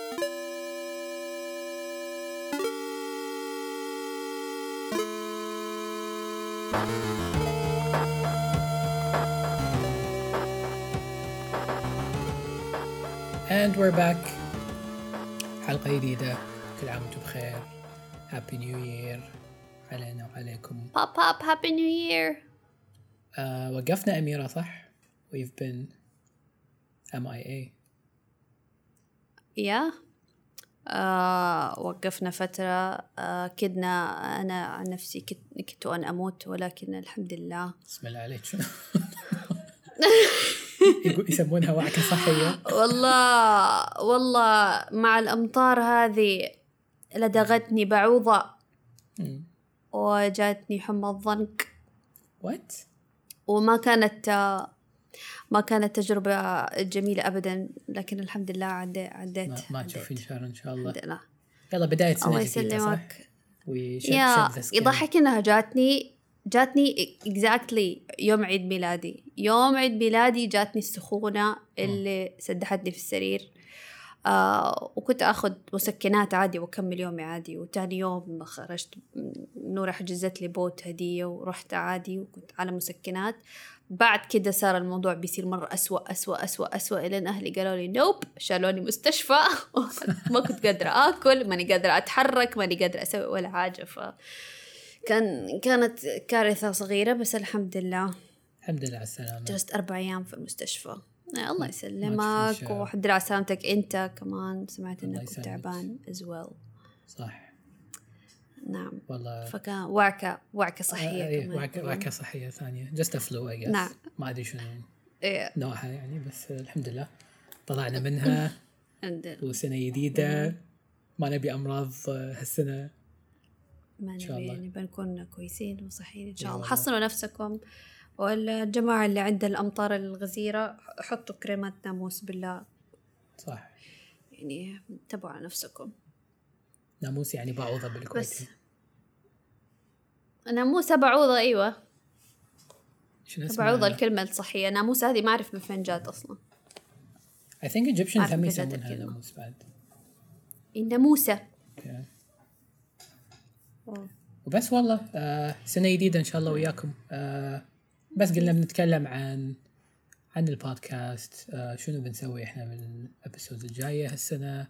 And we're back. حلقة جديدة. كل عام وانتم بخير. Happy New Year علينا وعليكم. Pop Happy New Year. وقفنا أميرة صح؟ We've been MIA. Yeah. وقفنا فترة. كدنا أنا عن نفسي كنت أنا أموت، ولكن الحمد لله. بسم الله عليك. شنو؟ يسمونها وعكة صحية. والله مع الأمطار هذه لدغتني بعوضة وجاتني حمى الضنك. What؟ وما كانت تجربة جميلة أبدا، لكن الحمد لله عديت. ما تشوفين شر إن شاء الله. الحمد لله. يلا بداية سنة الله جديدة صح؟ يضحك إنها جاتني exactly يوم عيد ميلادي جاتني السخونة اللي سدحتني في السرير. وكنت أخذ مسكنات عادي وأكمل يومي عادي، وتاني يوم خرجت نورة حجزت لي بوت هدية ورحت عادي وكنت على مسكنات. بعد كده صار الموضوع بيصير مرة أسوأ إلى أن أهلي قالوا لي نوب، شالوني مستشفى. ما كنت قادرة أكل، ماني قادرة أتحرك، ماني قادرة أسوي ولا حاجة. كانت كارثة صغيرة، بس الحمد لله على السلامة. جلست 4 أيام في المستشفى. الله يسلمك وحد على سلامتك. أنت كمان سمعت إنك كنت تعبان as well. صح. نعم والله. فكان وعكة صحية. وعكة صحية ثانية. just a flu I guess. نعم. ما أدري شنو نوعها يعني، بس الحمد لله طلعنا منها. وسنة جديدة ما نبي أمراض هالسنة. ما نبي يعني بنكون كويسين وصحيين إن شاء الله. حصنوا نفسكم، والجماعة اللي عند الأمطار الغزيرة حطوا كريمات ناموس بالله. صح. يعني تبعوا على نفسكم. ناموس يعني بعوضة بالكويت. بس ناموس بعوضة أيوة. بعوضة الكلمة الصحية. ناموس هذه ما أعرف من فين جات أصلا. I think Egyptians هم يسمونها ناموس بعد. الناموسة. وبس والله سنة جديدة إن شاء الله وياكم. بس قلنا بنتكلم عن البودكاست. شنو بنسوي إحنا من الأبيسود الجاية هالسنة.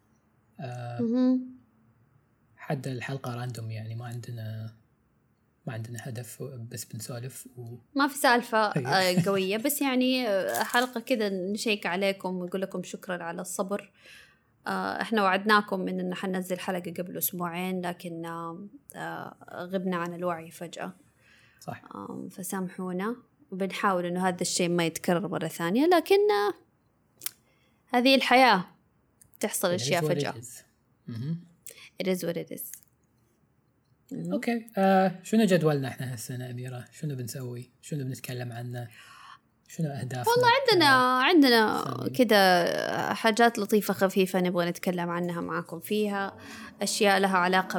حد الحلقة راندوم يعني ما عندنا هدف، بس بنسولف ما في سالفة قوية. بس يعني حلقة كده نشيك عليكم ونقول لكم شكرا على الصبر. احنا وعدناكم ان حننزل حلقة قبل 2 أسبوع، لكن غبنا عن الوعي فجأة. صح. فسامحونا، وبنحاول انه هذا الشيء ما يتكرر مرة ثانية، لكن هذه الحياة تحصل اشياء فجأة. It is what it is. اوكي. شنو جدولنا احنا هالسنة أميرة؟ شنو بنسوي؟ شنو بنتكلم عنه؟ شنو أهدافنا؟ والله عندنا كده حاجات لطيفة خفيفة نبغى نتكلم عنها معاكم فيها. أشياء لها علاقة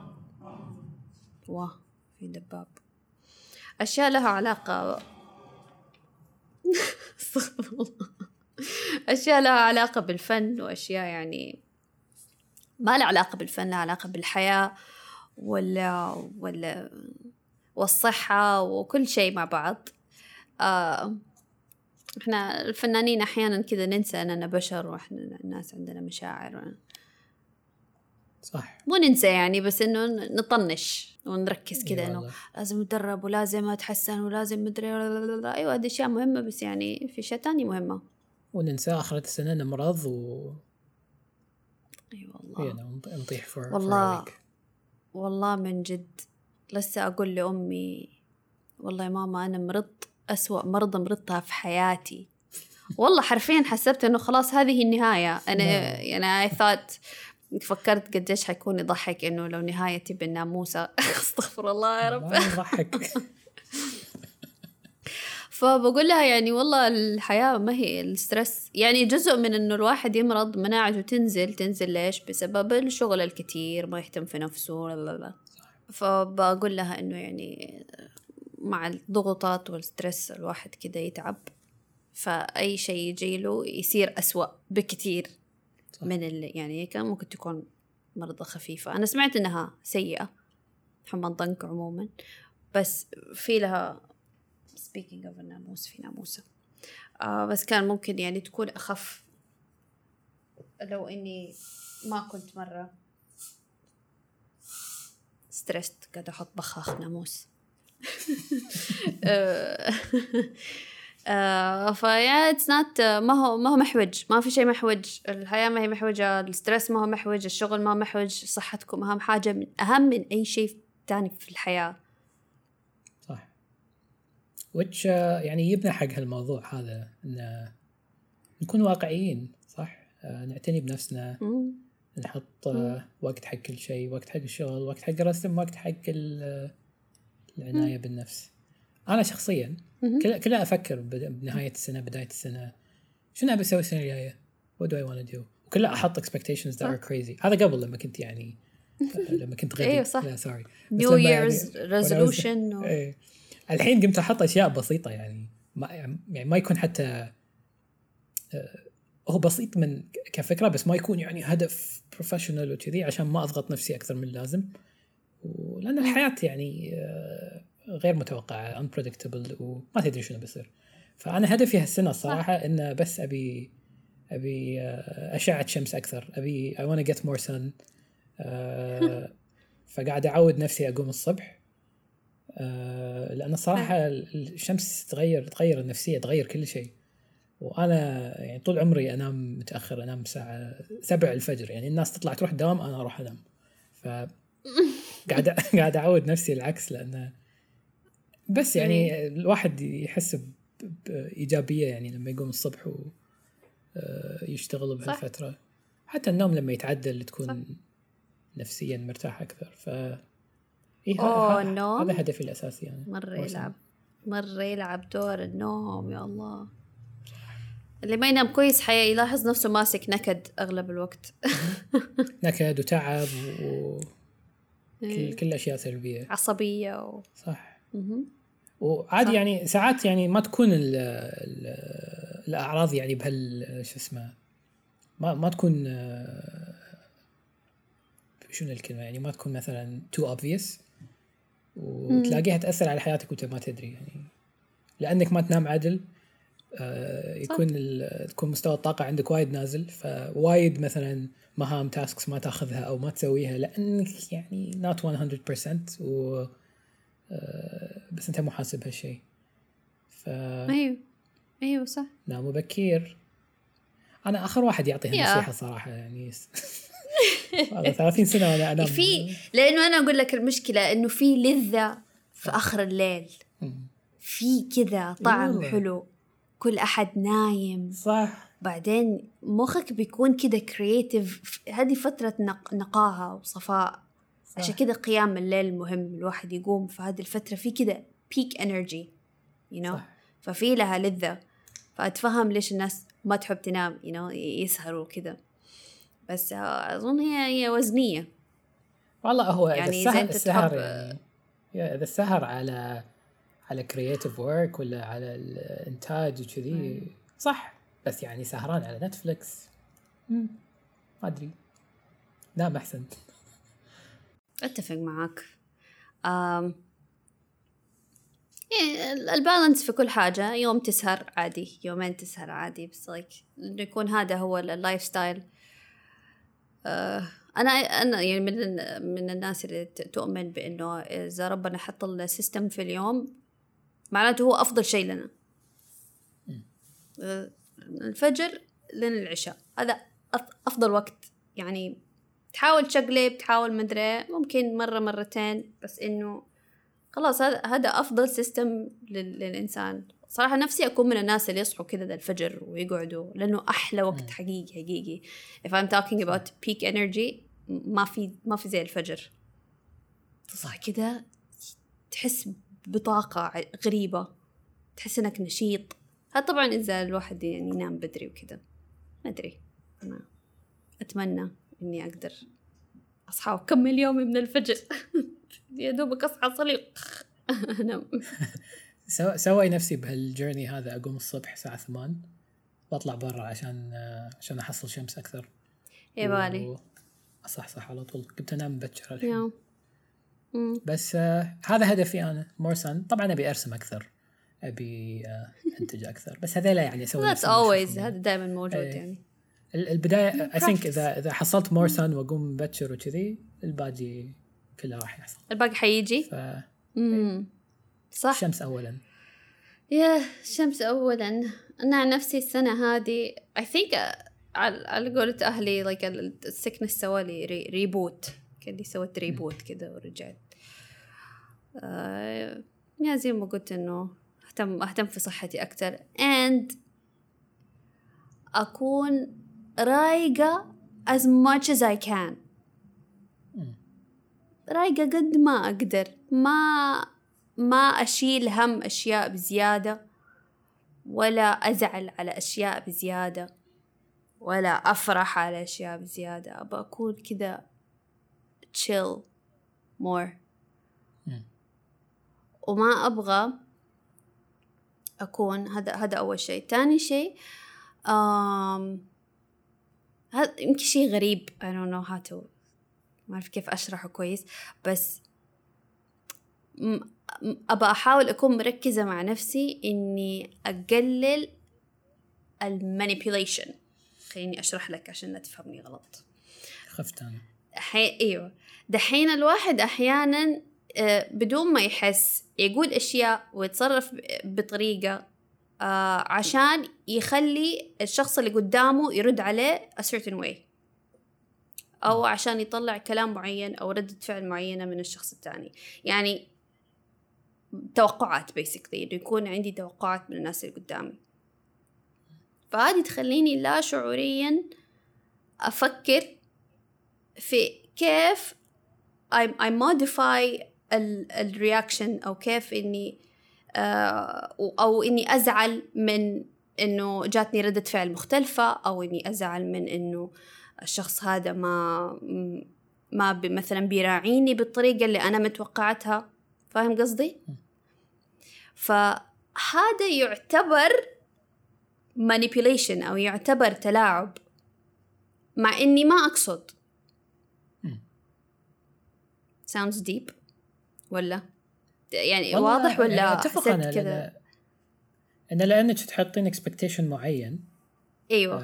في دباب. أشياء لها علاقة أشياء لها علاقة بالفن، وأشياء يعني ما لها علاقة بالفن، لها علاقة بالحياة والصحة وكل شيء مع بعض. احنا الفنانين احيانا كذا ننسى اننا بشر، واحنا الناس عندنا مشاعر. صح. مو ننسى يعني، بس انه نطنش ونركز كذا انه لازم نتدرب ولازم اتحسن ولازم مدري. ايوه هذه اشياء مهمة، بس يعني في اشياء تانية مهمة. وننسى اخرة السنة نمرض ايوه والله نطيح والله من جد. لسه اقول لامي والله يا ماما انا مرضت أسوأ مرض مرضتها في حياتي. والله حرفيا حسبت انه خلاص هذه النهاية. انا يعني فكرت قديش حيكون يضحك انه لو نهايتي بالناموسة. استغفر الله يا رب. يضحك. فبقول لها يعني والله الحياة ما هي السترس، يعني جزء من انه الواحد يمرض مناعته تنزل ليش؟ بسبب الشغل الكتير، ما يهتم في نفسه. لا. فبقول لها انه يعني مع الضغوطات والسترس الواحد كده يتعب، فأي شيء يجيله يصير أسوأ بكتير. من يعني كان ممكن تكون مرضى خفيفة. أنا سمعت إنها سيئة حمى الضنك عموما، بس في لها speaking of الناموس في ناموسة بس كان ممكن يعني تكون أخف لو إني ما كنت مرة ستريست قاعدة أحط بخاخ ناموس. فيا it's not ما هو محوج، ما في شيء محوج، الحياة ما هي محوجة، الستريس ما هو محوج، الشغل ما محوج، صحتكم أهم حاجة، أهم من أي شيء تاني في الحياة. صح. which يعني يبنى حق هالموضوع هذا إن نكون واقعيين، صح. نعتني بنفسنا، نحط وقت حق كل شيء، وقت حق الشغل، وقت حق الرسم، وقت حق العناية بالنفس. أنا شخصيا كلا أفكر بنهاية السنة بداية السنة شنو أبي أسوي السنة الجاية، what do I want to do، وكلا أحط expectations that are crazy. هذا قبل لما كنت يعني لما كنت غبي. أيوة صح. لا سوري New Year's resolution الحين قمت أحط أشياء بسيطة يعني ما يكون حتى هو بسيط من كفكرة، بس ما يكون يعني هدف بروفيشنال وكذي عشان ما أضغط نفسي أكثر من اللازم، ولأن الحياة يعني غير متوقعة unpredictable وما تدري شنو بيصير. فأنا هدفي هالسنة الصراحة إن بس أبي أشعة شمس أكثر، أبي I want to get more sun. فقاعد أعود نفسي أقوم الصبح، لأن الصراحة الشمس تغير النفسية، تغير كل شيء. وأنا يعني طول عمري أنام متأخر، أنام الساعة 7 الفجر، يعني الناس تطلع تروح دوام أنا أروح أنام. قاعد أعود نفسي العكس، لأنه بس يعني الواحد يحس بإيجابية يعني لما يقوم الصبح ويشتغل بهالفترة. حتى النوم لما يتعدل تكون نفسيا مرتاح أكثر. هذا هدفي الأساسي يعني. مرة يلعب دور النوم. يا الله، اللي ما ينام كويس يلاحظ نفسه ماسك نكد أغلب الوقت. نكد وتعب كل أشياء سلبية، عصبية صح. وعادي يعني ساعات يعني ما تكون الأعراض يعني شو اسمه ما تكون شنو الكلمة يعني ما تكون مثلا too obvious وتلاقيها تأثر على حياتك وانت ما تدري، يعني لأنك ما تنام عدل. تكون مستوى الطاقة عندك وايد نازل، فوايد مثلا مهام تاسكس ما تاخذها أو ما تسويها لأنك يعني not 100% بس أنت مو حاسب هالشيء. أيوة صح. نام مبكر. أنا آخر واحد يعطي هالنصيحة صراحة يعني. هذا 30 سنة وأنا أنام. لأنه أنا أقول لك المشكلة إنه في لذة في آخر الليل، في كذا طعم حلو، كل أحد نايم، صح. بعدين مخك بيكون كده كرياتيف. هذه فترة نقاهة وصفاء، صح. عشان كده قيام الليل مهم، الواحد يقوم في هذه الفترة في كده peak energy ففي لها لذة. فأتفهم ليش الناس ما تحب تنام يسهروا كده، بس أظن هي وزنية. والله هو يعني السهر يعني إذا السهر على creative work ولا على الإنتاج وكذي صح، بس يعني سهران على نتفليكس ما أدري، نام أحسن. أتفق معك. البالانس في كل حاجة، يوم تسهر عادي، يومين تسهر عادي، بس إنه يكون هذا هو اللايف ستايل. أنا يعني من الناس اللي تؤمن بأنه إذا ربنا حط السيستم في اليوم معناته هو أفضل شيء لنا. الفجر لين العشاء هذا أفضل وقت، يعني تحاول تشقلب، تحاول مدري ممكن مرة مرتين، بس إنه خلاص هذا أفضل سيستم للإنسان. صراحة نفسي أكون من الناس اللي يصحوا كذا ذا الفجر ويقعدوا، لأنه أحلى وقت حقيقي. If I'm talking about peak energy ما في زي الفجر. تصحى كذا تحس بطاقة غريبة، تحس إنك نشيط. هذا طبعا إذا الواحد يعني ينام بدري وكذا. ما أدري، أنا أتمنى إني أقدر أصحى وأكمل يومي من الفجر. يا دوبك أصحى أصلي أنام. سوي نفسي بهالجيرني هذا، أقوم الصبح الساعة 8 واطلع برا عشان أحصل شمس أكثر. يبالي صح على طول كنت أنام مبكر الحين. بس هذا هدفي أنا more sun. طبعا أبي أرسم أكثر، أبي أنتج أكثر، بس هذا لا يعني أسوي that's always هذا دائما موجود يعني. البداية I think إذا حصلت more sun وأقوم مبكر وكذي الباقي كله راح يحصل، الباقي حيجي. صح. الشمس أولا. الشمس أولا. أنا عن نفسي السنة هذه I think على قولة أهلي like السكنة سوى لي ريبوت كذي، سويت ريبوت كذا ورجعت. يا زي ما قلت إنه أهتم في صحتي أكتر and أكون رايقة as much as I can. رايقة قد ما أقدر، ما أشيل هم أشياء بزيادة، ولا أزعل على أشياء بزيادة، ولا أفرح على أشياء بزيادة. أبغى أكون كذا chill more. وما أبغى أكون هذا أول شيء. تاني شيء هذا يمكن شيء غريب I don't know how to، ما أعرف كيف أشرحه كويس، بس أبغى أحاول أكون مركزة مع نفسي إني أقلل المانيبيوليشن. خليني أشرح لك عشان لا تفهمني غلط. خفت أنا. أيوة، دحين الواحد أحيانا بدون ما يحس يقول أشياء ويتصرف بطريقة عشان يخلي الشخص اللي قدامه يرد عليه a certain way، أو عشان يطلع كلام معين أو ردة فعل معينة من الشخص الثاني. يعني توقعات basically، إنه يكون عندي توقعات من الناس اللي قدامي، فهذه تخليني لا شعوريا أفكر في كيف I modify الرياكشن، أو كيف إني أو إني أزعل من إنه جاتني ردة فعل مختلفة، أو إني أزعل من إنه الشخص هذا ما مثلا بيراعيني بالطريقة اللي أنا متوقعتها. فاهم قصدي؟ فهذا يعتبر manipulation أو يعتبر تلاعب، مع إني ما أقصد. sounds deep ولا يعني واضح ولا أتفق أنا كذا؟ أنا لأنك تحطين expectation معين. أيوة.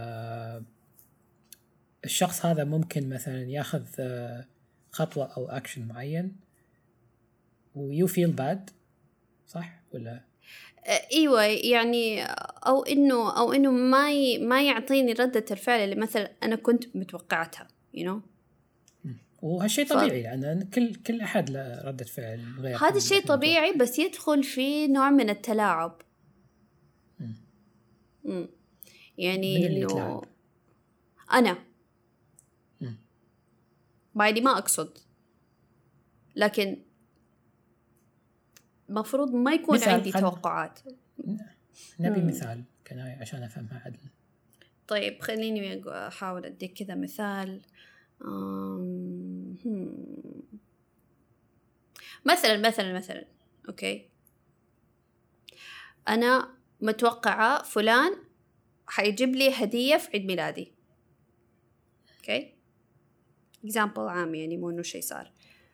الشخص هذا ممكن مثلا ياخذ خطوة أو أكشن معين و you feel bad، صح ولا؟ ايوه يعني او انه ما يعطيني ردة الفعل اللي مثلا انا كنت متوقعتها وهالشيء طبيعي لأن كل أحد له ردة فعل غير. هذا الشيء طبيعي، بس يدخل في نوع من التلاعب. يعني إنه أنا بعدي ما أقصد، لكن مفروض ما يكون عندي توقعات. نبي مثال كناية عشان أفهمها عدل. طيب خليني أحاول أديك كذا مثال. مثلا أوكي، أنا متوقعة فلان حيجيب لي هدية في عيد ميلادي. أوكي example عام، يعني مو إنه شيء صار.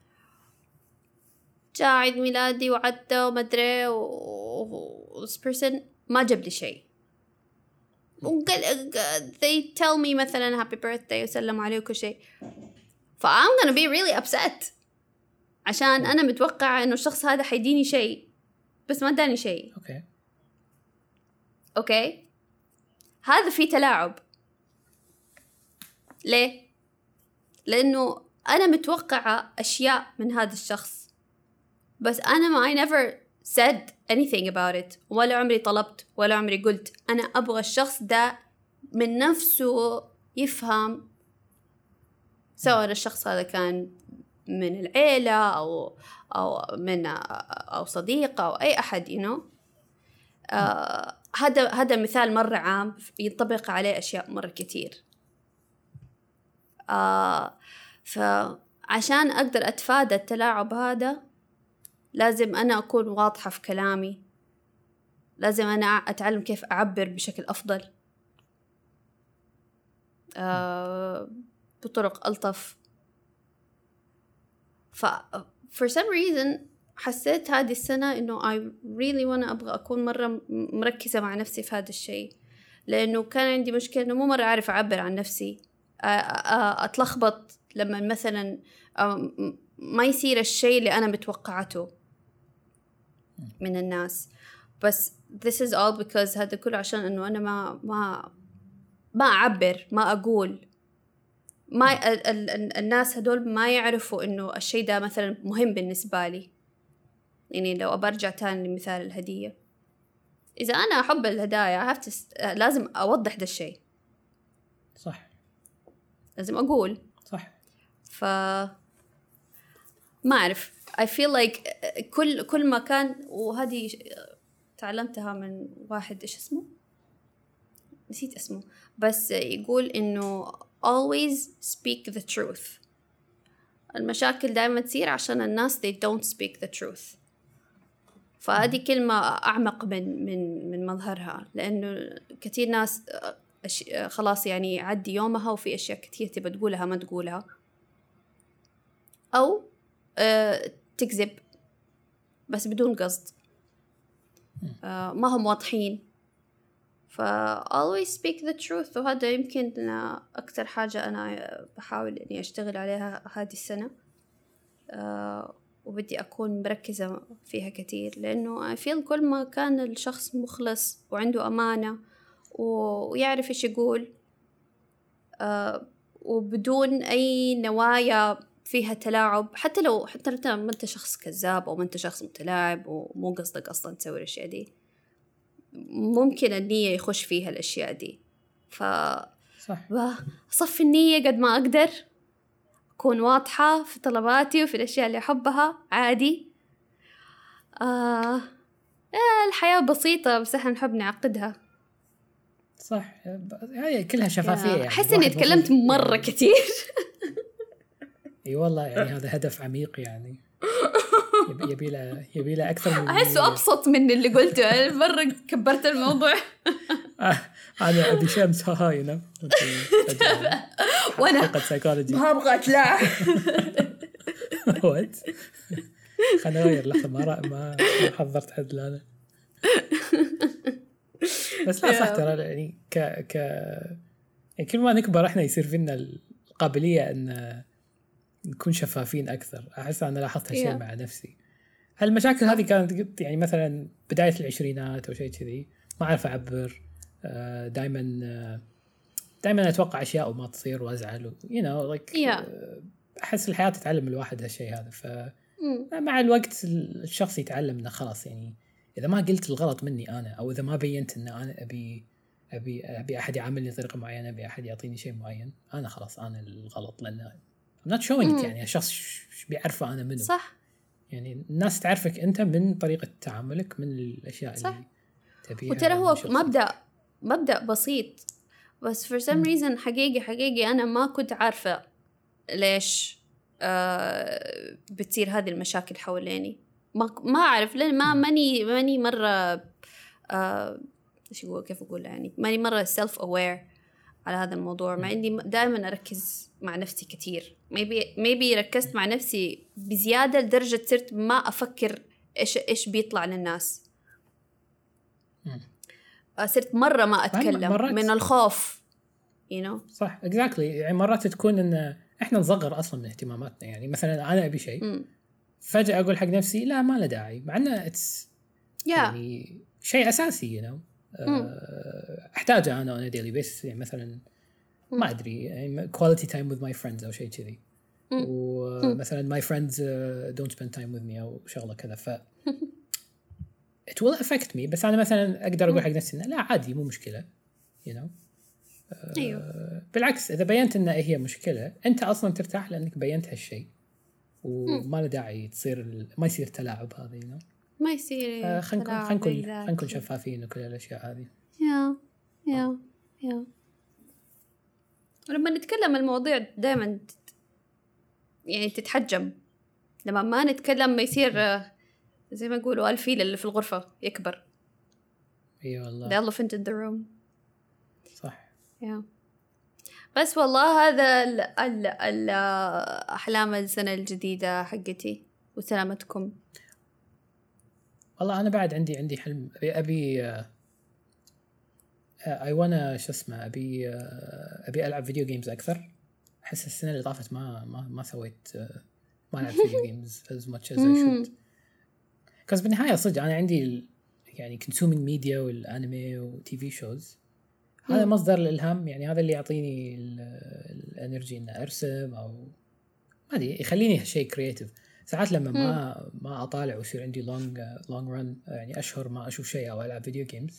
جاء عيد ميلادي وعدى وما أدري this person ما جاب لي شيء، وقال they tell me مثلا happy birthday وسلموا عليه وكل شيء، I'm gonna be really upset عشان أنا متوقعة إنه الشخص هذا حيديني شيء بس ما داني شيء. أوكي هذا فيه تلاعب. ليه؟ لأنه أنا متوقعة أشياء من هذا الشخص، بس أنا I never said anything about it، ولا عمري طلبت ولا عمري قلت. أنا أبغى الشخص ده من نفسه يفهم، سواء الشخص هذا كان من العيلة أو صديق أو أي أحد هذا مثال مرة عام ينطبق عليه أشياء مرة كتير. فعشان أقدر أتفادى التلاعب هذا لازم أنا أكون واضحة في كلامي، لازم أنا أتعلم كيف أعبر بشكل أفضل، بطرق ألطف. for some reason حسيت هذه السنة إنه I really wanna أبغى أكون مرة مركزة مع نفسي في هذا الشيء، لأنه كان عندي مشكلة إنه مو مرة أعرف أعبر عن نفسي، أتلخبط لما مثلا ما يصير الشيء اللي أنا متوقعته من الناس. بس this is all because هذا كله عشان إنه أنا ما أعبر، ما أقول، ما الناس هدول ما يعرفوا إنه الشيء ده مثلا مهم بالنسبة لي. يعني لو أبرجع تاني لمثال الهدية، إذا أنا أحب الهدايا لازم أوضح ده الشيء، صح، لازم أقول صح. ما أعرف I feel like كل ما كان، وهذه تعلمتها من واحد إيش اسمه نسيت اسمه، بس يقول إنه always speak the truth. المشاكل دائما تصير عشان الناس they don't speak the truth. فهذه كلمة أعمق من مظهرها، لأنه كثير ناس خلاص يعني عدي يومها وفي أشياء كثير تبى تقولها ما تقولها، أو تكذب بس بدون قصد، ما هم واضحين. always speak the truth. وهذا يمكن أكتر حاجة أنا بحاول إني أشتغل عليها هذه السنة، وبدي أكون مركزة فيها كتير، لأنه I feel كل ما كان الشخص مخلص وعنده أمانة ويعرف إيش يقول، وبدون أي نوايا فيها تلاعب، حتى أنت ما أنت شخص كذاب أو ما أنت شخص متلاعب ومو قصدك أصلا تسوي الأشياء دي، ممكن النية يخش فيها الأشياء دي. صح، صف النية قد ما أقدر، أكون واضحة في طلباتي وفي الأشياء اللي أحبها عادي. الحياة بسيطة بس إحنا نحب نعقدها. صح، هاي كلها شفافية. يعني أحس إني تكلمت مرة كتير. اي والله، يعني هذا هدف عميق، يعني يبي له أكثر من أحسه أبسط من اللي قلته، مرة كبرت الموضوع. أنا أبي شمس هاي وأنا ما أبغى أطلع. وات خلنا نغير لحظة، ما حضرت حد لا بس لا صح ترى، يعني يعني كل ما نكبر احنا يصير فينا القابلية ان نكون شفافين أكثر. أحس أنا لاحظت هالشيء مع نفسي. هالمشاكل هذه كانت يعني مثلا بداية العشرينات أو شيء كذي، ما أعرف أعبر، دائما أتوقع أشياء وما تصير وأزعل أحس الحياة تتعلم الواحد هالشيء هذا. فمع الوقت الشخص يتعلم إنه خلاص، يعني إذا ما قلت الغلط مني أنا، أو إذا ما بينت إن أنا أبي أحد يعاملني بطريقة معينة، أبي أحد يعطيني شيء معين، أنا خلاص أنا الغلط، لأن I'm not showing it. يعني الشخص بيعرفه أنا منه. صح. يعني الناس تعرفك أنت من طريقة تعاملك، من الأشياء صح. اللي تبيها. وترى هو مبدأ بسيط، بس for some reason حقيقي أنا ما كنت عارفة ليش بتصير هذه المشاكل حواليني. ما أعرف لأن ماني مرة كيف أقول، يعني ماني مرة self aware على هذا الموضوع. مع إني دائما أركز مع نفسي كتير. maybe ركزت مع نفسي بزيادة لدرجة صرت ما أفكر إيش بيطلع للناس. صرت مرة ما أتكلم من الخوف، صح exactly. يعني مرات تكون إن إحنا نصغر أصلا من اهتماماتنا. يعني مثلا أنا أبي شيء فجأة أقول حق نفسي لا ما له داعي، مع إنه يعني شيء أساسي أحتاجه أنا on a daily basis. يعني مثلا ما أدري، يعني quality time with my friends أو شيء كذي، ومثلا my friends don't spend time with me أو شغلة كذا، ف it will affect me. بس أنا مثلا أقدر أقول حق نفسي إنه لا عادي، مو مشكلة بالعكس إذا بينت إنه هي مشكلة أنت أصلا ترتاح لأنك بينت هالشيء، وما له داعي ما يصير تلاعب هذا ما يصير. خلينا نكون شفافين وكل الأشياء هذه. يا ولما نتكلم المواضيع دائما يعني تتحجم. لما ما نتكلم ما يصير زي ما يقولوا الفيل اللي في الغرفة يكبر. والله the elephant in the room. صح. بس والله هذا ال أحلام السنة الجديدة حقتي وسلامتكم. والله أنا بعد عندي حلم أبي I wanna شو اسمه أبي ألعب فيديو جيمز أكثر. أحس السنة اللي طافت ما سويت ما لعبت فيديو جيمز as much as I should. كاز بالنهاية صدق أنا عندي يعني consuming media والأنمي وتي في شوز، هذا مصدر الإلهام، يعني هذا اللي يعطيني الانرجي إن أرسم أو ما أدري يخليني شيء كرياتيف. ساعات لما ما أطالع ويصير عندي long run يعني أشهر ما أشوف شيء أو ألعب فيديو جيمز،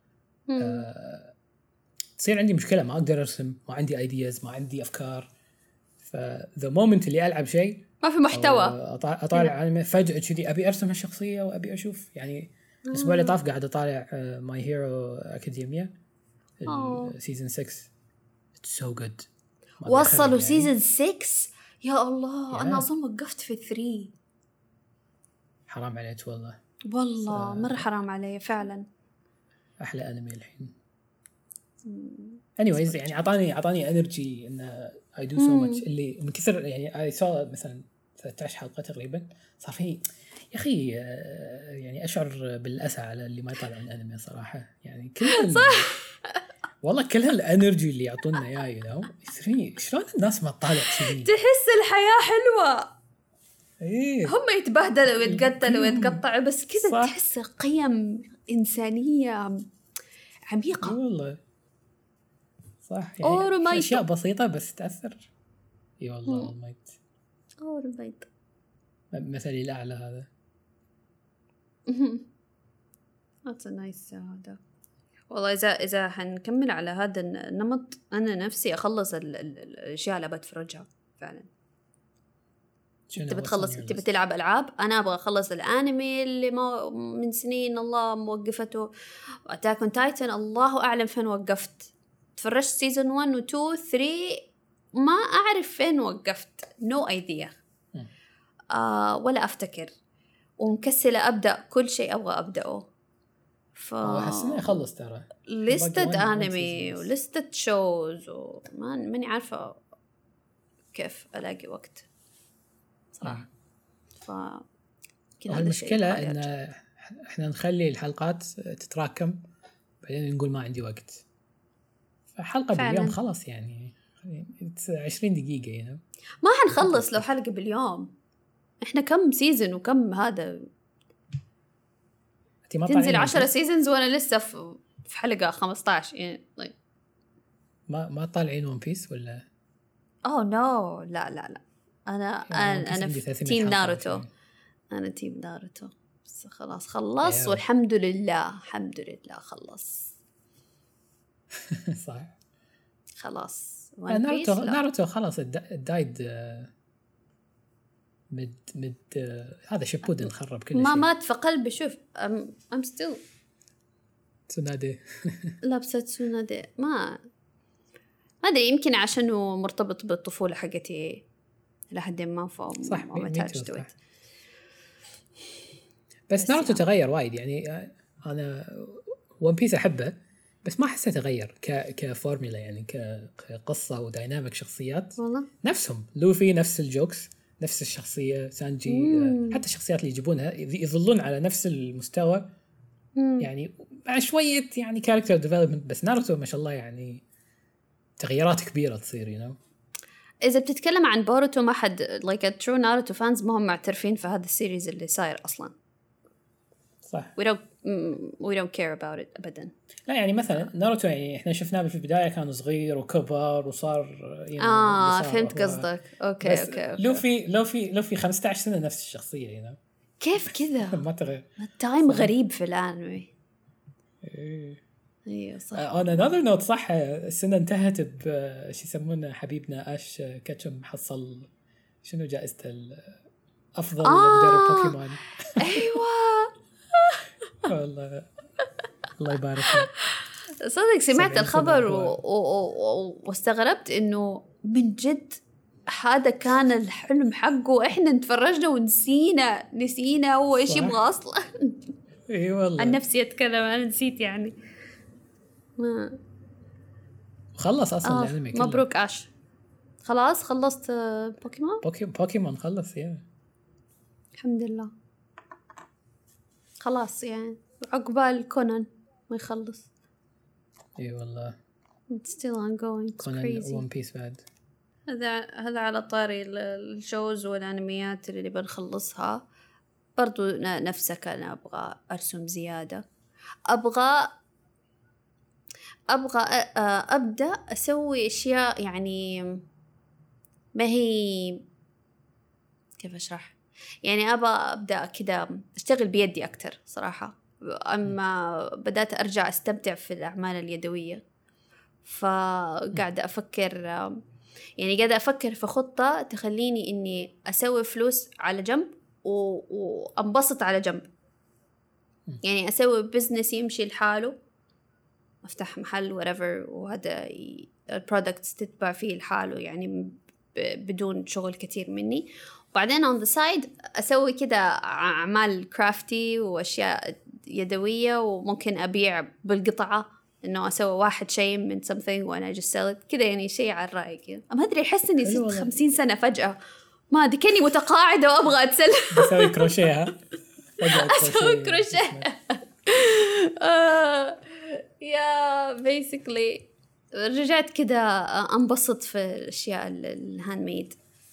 تصير عندي مشكلة، ما أقدر أرسم، ما عندي ايدياز، ما عندي أفكار. فذا مومنت اللي ألعب شيء ما في محتوى، أطالع أنمي فجأة كذي أبي أرسم هالشخصية وأبي أشوف. يعني الأسبوع اللي طاف قاعد أطالع ماي هيرو أكاديميا سيزن 6. It's so good. وصلوا سيزن 6 يا الله. أنا أظن وقفت في 3. حرام عليك والله مرة حرام علي فعلا. أحلى أنمي الحين. anyways يعني عطاني انرجي ان I do so much اللي من كثر يعني I saw مثلا 13 حلقة تقريبا صار في يا أخي يعني أشعر بالأسى على اللي ما يطالعون أنمي صراحة. يعني والله كل هالانرجي اللي يعطونا إياه شلون الناس ما تطالع شيء، تحس الحياة حلوة. إيه هم يتبهدلوا ويتقتلوا ويتقطعوا بس كذا تحس قيم إنسانية عميقة. والله صح يعني أشياء بسيطة بس تأثر. يا والله الميت مثلي الأعلى هذا. That's a nice هذا. والله إذا هنكمل على هذا النمط أنا نفسي أخلص الأشياء اللي بتفرجها فعلا. أنت بتخلص، أنت بتلعب ألعاب، أنا أبغى أخلص الأنمي اللي من سنين الله موقفته. Attack on Titan الله أعلم فين وقفت. تفرجت سيزن 1 و 2 و 3 ما أعرف فين وقفت. no idea ولا أفتكر، ومكسلة أبدأ كل شيء أبغى أبدأه. أحس إني أخلص ترى لستة أنمي ولستة شوز ماني عارفة كيف ألاقي وقت صراحة. المشكلة إن إحنا نخلي الحلقات تتراكم بعدين نقول ما عندي وقت. فحلقة باليوم خلاص يعني 20 دقيقة يعني. ما حنخلص لو حلقة باليوم. إحنا كم سيزن وكم هذا تنزل 10 سيزنز وأنا لسه في حلقة 15 يعني. ما طالعين ون بيس ولا؟ نو لا أنا في تيم ناروتو. أنا تيم ناروتو بس خلص والحمد لله خلص. صح خلاص ناروتو خلاص الدايد مد هذا شبودن خرب كل شيء. ما مات فقلبي. شوف I'm still تسونادي لابسة تسونادي. ما أدري يمكن عشانه مرتبط بالطفولة حقتي لحد ما صح ما تاجت. بس ناروتو تغير وايد يعني. أنا ون بيس أحبه بس ما أحسه تغير كفورمولا يعني كقصة وديناميك شخصيات والله نفسهم. لوفي نفس الجوكس نفس الشخصية، سانجي حتى الشخصيات اللي يجيبونها يظلون على نفس المستوى يعني مع شوية يعني كاركتر ديفلوبمنت. بس ناروتو ما شاء الله يعني تغييرات كبيرة تصير إذا بتتكلم عن بوروتو ما حد like a true ناروتو فانز ما هم معترفين في هذا السيريز اللي صاير أصلا. صح we don't care about it أبدا. لا يعني مثلا ناروتو يعني إحنا شفناه في البداية كان صغير وكبر وصار فهمت قصدك. أوكي. لوفي 15 سنة نفس الشخصية كيف كذا ما تغير. التايم غريب في الأنمي. ايوه صح. on another note صح السنة انتهت بش يسمونه حبيبنا آش كاتشم حصل شنو جائزته أفضل مدرب بوكيمون. أيوة والله الله يبارك له. صدق سمعت الخبر واستغربت إنه من جد هذا كان الحلم حقه. إحنا نتفرجنا ونسينا هو إيش يبغى أصلا. اي والله عن نفسي أتكلم أنا نسيت يعني. وخلص اصلا الانمي كله. مبروك عاش. خلاص خلصت بوكيمون. بوكيمون خلص يا الحمد لله. خلاص يعني عقبال كونان ما يخلص. اي والله It's still ongoing. It's كونان crazy. ون بيس بعد. هذا على طاري الشوز والانميات اللي بنخلصها. برضو نفسك أنا أبغى أرسم زيادة. أبغى أبدأ أسوي أشياء يعني ما هي كيف أشرح يعني أبدأ كده أشتغل بيدي أكتر صراحة. أما بدأت أرجع أستمتع في الأعمال اليدوية فقاعدة أفكر يعني قاعدة أفكر في خطة تخليني إني أسوي فلوس على جنب وأنبسط على جنب. يعني أسوي بزنس يمشي لحاله أفتح محل whatever وهذا البرودكتس تتباع فيه لحاله يعني بدون شغل كتير مني. وبعدين on the side أسوي كده أعمال كرافتي وأشياء يدوية وممكن أبيع بالقطعة إنه أسوي واحد شيء من something وأنا just sell it كده يعني شيء على الرأي كده. ما أدري أحس إني صرت 50 سنة فجأة ما أدري كأني متقاعدة وأبغى أتسلى. أسوي كروشيه أسوي كروشيه يا basically رجعت كده أنبسط في الأشياء الهاند ميد.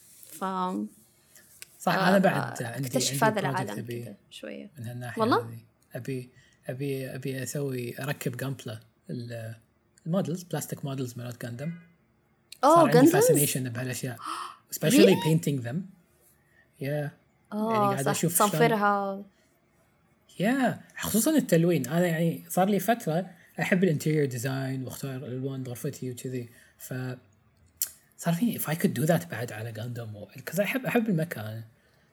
صح أنا بعد اكتشف هذا العالم كده شوية من هالناحية والله. أبي أركب جامبلا المودلز بلاستيك مودلز مرات غاندم. صار عندي فاسينيشن بهالأشياء especially painting them. يعني قاعد أشوف صنفرها خصوصا التلوين. أنا يعني صار لي فترة أحب الانتيريور ديزاين واختار الألوان غرفتي وكذي صار فيني if I could do that بعد على غاندم because أحب المكان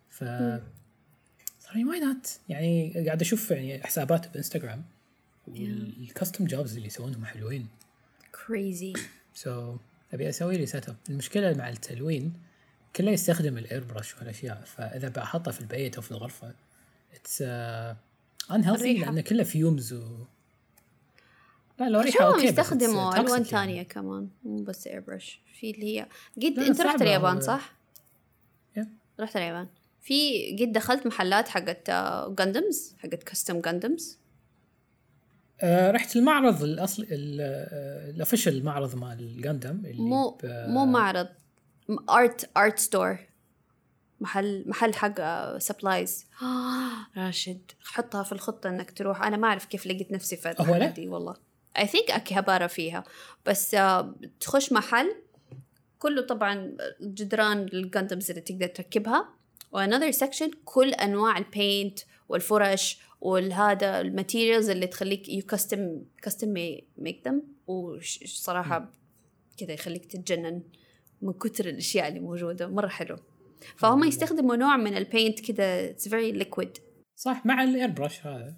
صار لي why not. يعني قاعد أشوف يعني حسابات بإنستغرام والكاستم جوبز اللي يسوونهم حلوين crazy. أبي أسوي لي سيت اب. المشكلة مع التلوين كله يستخدم الإير برش والأشياء فإذا بحطه في البيت أو في الغرفة it's unhealthy لأنه كله فيومز لا لو ريحة أوكي يستخدموا ألوان تانية يعني. كمان مو بس إير برش في اللي هي أنت رحت اليابان صح؟ رحت اليابان في دخلت محلات حقت غاندمز حقت كاستم غاندمز. رحت المعرض الأصلي الأفشل المعرض مال الغاندم اللي مو معرض ارت ستور محل حق سبلايز. راشد حطها في الخطة انك تروح. انا ما اعرف كيف لقيت نفسي في المحل دي والله. I think أكيهابارا فيها بس تخش محل كله طبعا جدران الغاندمز اللي تقدر تركبها و another section كل انواع البينت والفرش والهذا الماتيريالز اللي تخليك you custom make them. وصراحة كده يخليك تتجنن من كتر الأشياء اللي موجودة مرة حلو. فهم يستخدموا نوع من البينت كده it's very liquid صح مع الاير برش. هذا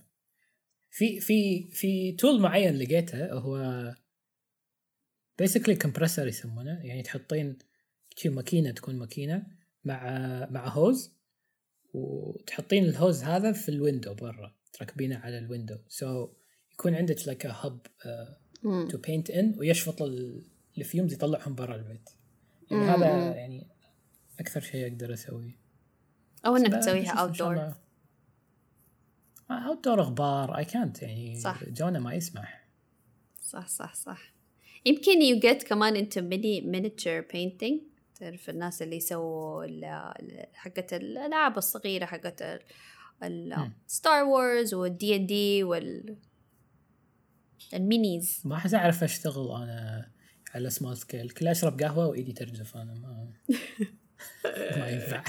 في تول معين لقيته هو basically compressor يسمونه. يعني تحطين ماكينة تكون ماكينة مع هوز وتحطين الهوز هذا في الويندو برا تركبينه على الويندو يكون عندك like a hub to paint in ويشفط الفيومز يطلعهم برا البيت. يعني هذا يعني أكثر شيء أقدر أسويه. أو إنك تسويها outdoor غبار I can't يعني صح. جونا ما يسمح. صح يمكن you get كمان into miniature painting. تعرف الناس اللي يسووا حقت الألعاب الصغيرة حقت ستار وورز والD&D والمينيز. ما أعرف أشتغل أنا على سمول سكيل. كل أشرب قهوة وإيدي ترجف. أنا ما ينفع.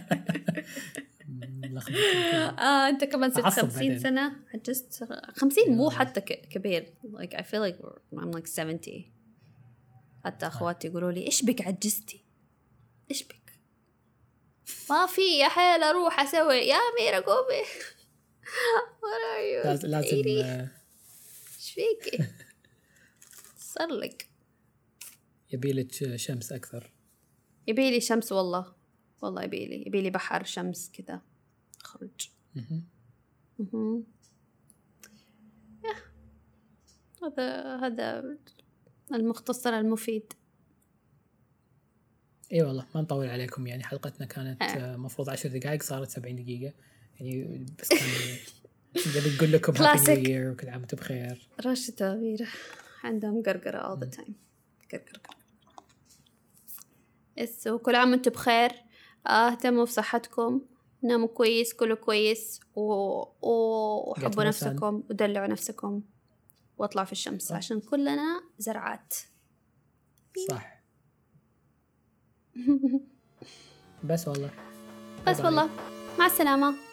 أنت كمان صرت 50 سنة just 50 مو حتى كبير like I feel like I'm like 70. حتى أخواتي يقولوا لي إيش بك عجزتي إيش بك ما في يا حيل أروح أسوي يا ميرا قومي where are you لازم إيش فيك صار لك يبيلك شمس أكثر. يبيلي شمس والله يبيلي بحر شمس كذا خرج. هذا المختصر المفيد. اي والله ما نطول عليكم، يعني حلقتنا كانت مفروض 10 دقائق صارت 70 دقيقة يعني، بس كان نبي نقول لكم هابي نيو يير وكل عام وانتم بخير. رشة وأميرة عندهم قرقرة all the time. قرقر وكل عام وانتم بخير. اهتموا بصحتكم، ناموا كويس، كلوا كويس، وحبوا نفسكم ودلعوا نفسكم واطلعوا في الشمس عشان كلنا زرعات. صح. بس والله مع السلامة.